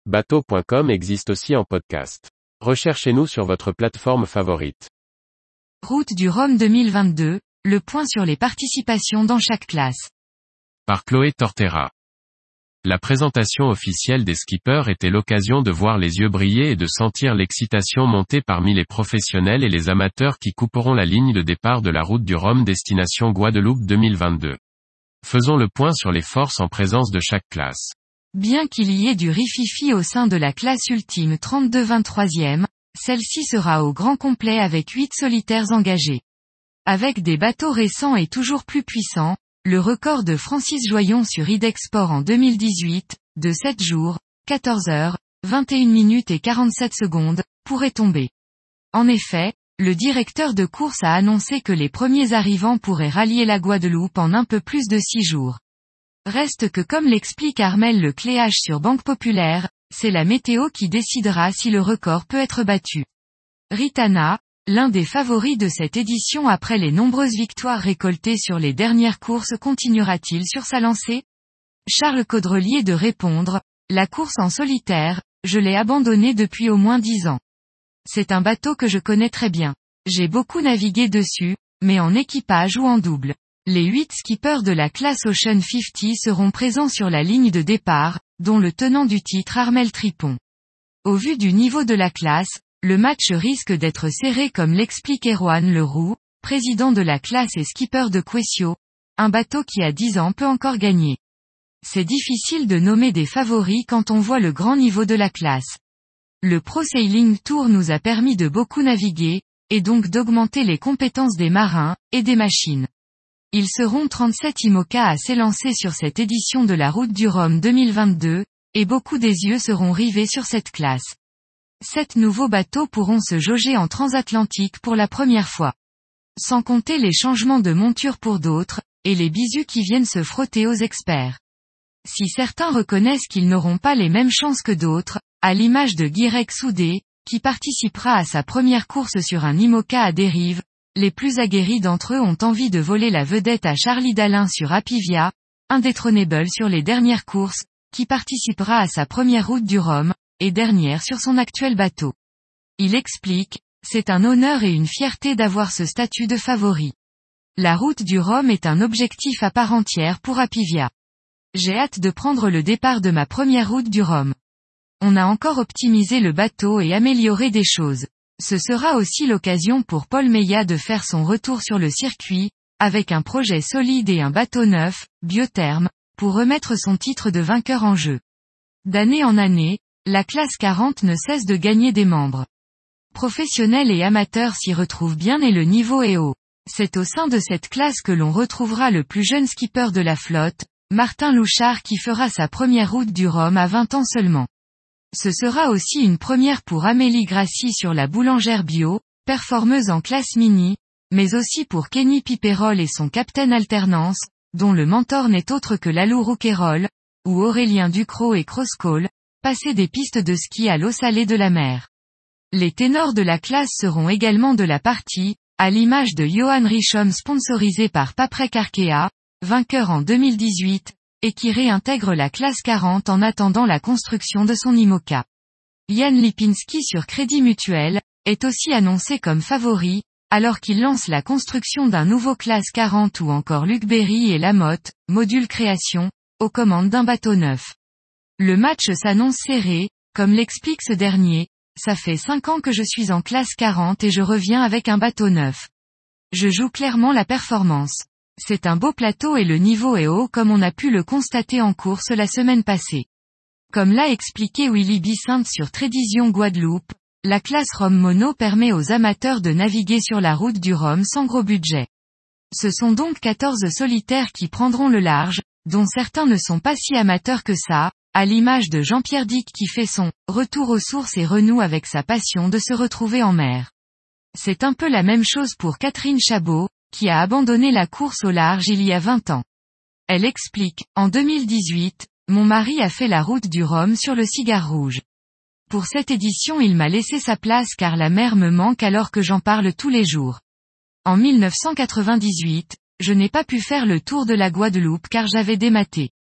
Bateau.com existe aussi en podcast. Recherchez-nous sur votre plateforme favorite. Route du Rhum 2022, le point sur les participations dans chaque classe. Par Chloé Tortera. La présentation officielle des skippers était l'occasion de voir les yeux briller et de sentir l'excitation monter parmi les professionnels et les amateurs qui couperont la ligne de départ de la Route du Rhum destination Guadeloupe 2022. Faisons le point sur les forces en présence de chaque classe. Bien qu'il y ait du rififi au sein de la classe ultime 32-23e, celle-ci sera au grand complet avec 8 solitaires engagés. Avec des bateaux récents et toujours plus puissants, le record de Francis Joyon sur Idexport en 2018, de 7 jours, 14 heures, 21 minutes et 47 secondes, pourrait tomber. En effet, le directeur de course a annoncé que les premiers arrivants pourraient rallier la Guadeloupe en un peu plus de 6 jours. Reste que comme l'explique Armel Lecléage sur Banque Populaire, c'est la météo qui décidera si le record peut être battu. Ritana, l'un des favoris de cette édition après les nombreuses victoires récoltées sur les dernières courses, continuera-t-il sur sa lancée? Charles Caudrelier de répondre, la course en solitaire, je l'ai abandonnée depuis au moins 10 ans. C'est un bateau que je connais très bien. J'ai beaucoup navigué dessus, mais en équipage ou en double. Les 8 skippers de la classe Ocean 50 seront présents sur la ligne de départ, dont le tenant du titre Armel Tripon. Au vu du niveau de la classe, le match risque d'être serré comme l'explique Erwan Leroux, président de la classe et skipper de Quessio, un bateau qui à 10 ans peut encore gagner. C'est difficile de nommer des favoris quand on voit le grand niveau de la classe. Le Pro Sailing Tour nous a permis de beaucoup naviguer, et donc d'augmenter les compétences des marins, et des machines. Ils seront 37 IMOCA à s'élancer sur cette édition de la Route du Rhum 2022, et beaucoup des yeux seront rivés sur cette classe. 7 nouveaux bateaux pourront se jauger en transatlantique pour la première fois. Sans compter les changements de monture pour d'autres, et les bisous qui viennent se frotter aux experts. Si certains reconnaissent qu'ils n'auront pas les mêmes chances que d'autres, à l'image de Guirec Soudé, qui participera à sa première course sur un IMOCA à dérive, les plus aguerris d'entre eux ont envie de voler la vedette à Charlie Dalin sur Apivia, indétrônable sur les dernières courses, qui participera à sa première Route du Rhum, et dernière sur son actuel bateau. Il explique, c'est un honneur et une fierté d'avoir ce statut de favori. La Route du Rhum est un objectif à part entière pour Apivia. J'ai hâte de prendre le départ de ma première Route du Rhum. On a encore optimisé le bateau et amélioré des choses. Ce sera aussi l'occasion pour Paul Meillat de faire son retour sur le circuit, avec un projet solide et un bateau neuf, biotherme, pour remettre son titre de vainqueur en jeu. D'année en année, la classe 40 ne cesse de gagner des membres. Professionnels et amateurs s'y retrouvent bien et le niveau est haut. C'est au sein de cette classe que l'on retrouvera le plus jeune skipper de la flotte, Martin Louchard qui fera sa première Route du Rhum à 20 ans seulement. Ce sera aussi une première pour Amélie Grassi sur la Boulangère Bio, performeuse en classe mini, mais aussi pour Kenny Piperol et son Captain Alternance, dont le mentor n'est autre que Lalou Rouquayrol, ou Aurélien Ducrot et Crosscall, passer des pistes de ski à l'eau salée de la mer. Les ténors de la classe seront également de la partie, à l'image de Johan Richomme sponsorisé par Paprec Arkea, vainqueur en 2018, et qui réintègre la classe 40 en attendant la construction de son IMOCA. Yann Lipinski sur Crédit Mutuel, est aussi annoncé comme favori, alors qu'il lance la construction d'un nouveau classe 40 ou encore Luc Berry et Lamotte, module création, aux commandes d'un bateau neuf. Le match s'annonce serré, comme l'explique ce dernier, ça fait 5 ans que je suis en classe 40 et je reviens avec un bateau neuf. Je joue clairement la performance. C'est un beau plateau et le niveau est haut comme on a pu le constater en course la semaine passée. Comme l'a expliqué Willy Bicinte sur Tradition Guadeloupe, la classe Rhum Mono permet aux amateurs de naviguer sur la Route du Rhum sans gros budget. Ce sont donc 14 solitaires qui prendront le large, dont certains ne sont pas si amateurs que ça, à l'image de Jean-Pierre Dick qui fait son retour aux sources et renoue avec sa passion de se retrouver en mer. C'est un peu la même chose pour Catherine Chabot, qui a abandonné la course au large il y a 20 ans. Elle explique, en 2018, mon mari a fait la Route du Rhum sur le Cigare Rouge. Pour cette édition il m'a laissé sa place car la mer me manque alors que j'en parle tous les jours. En 1998, je n'ai pas pu faire le tour de la Guadeloupe car j'avais dématé.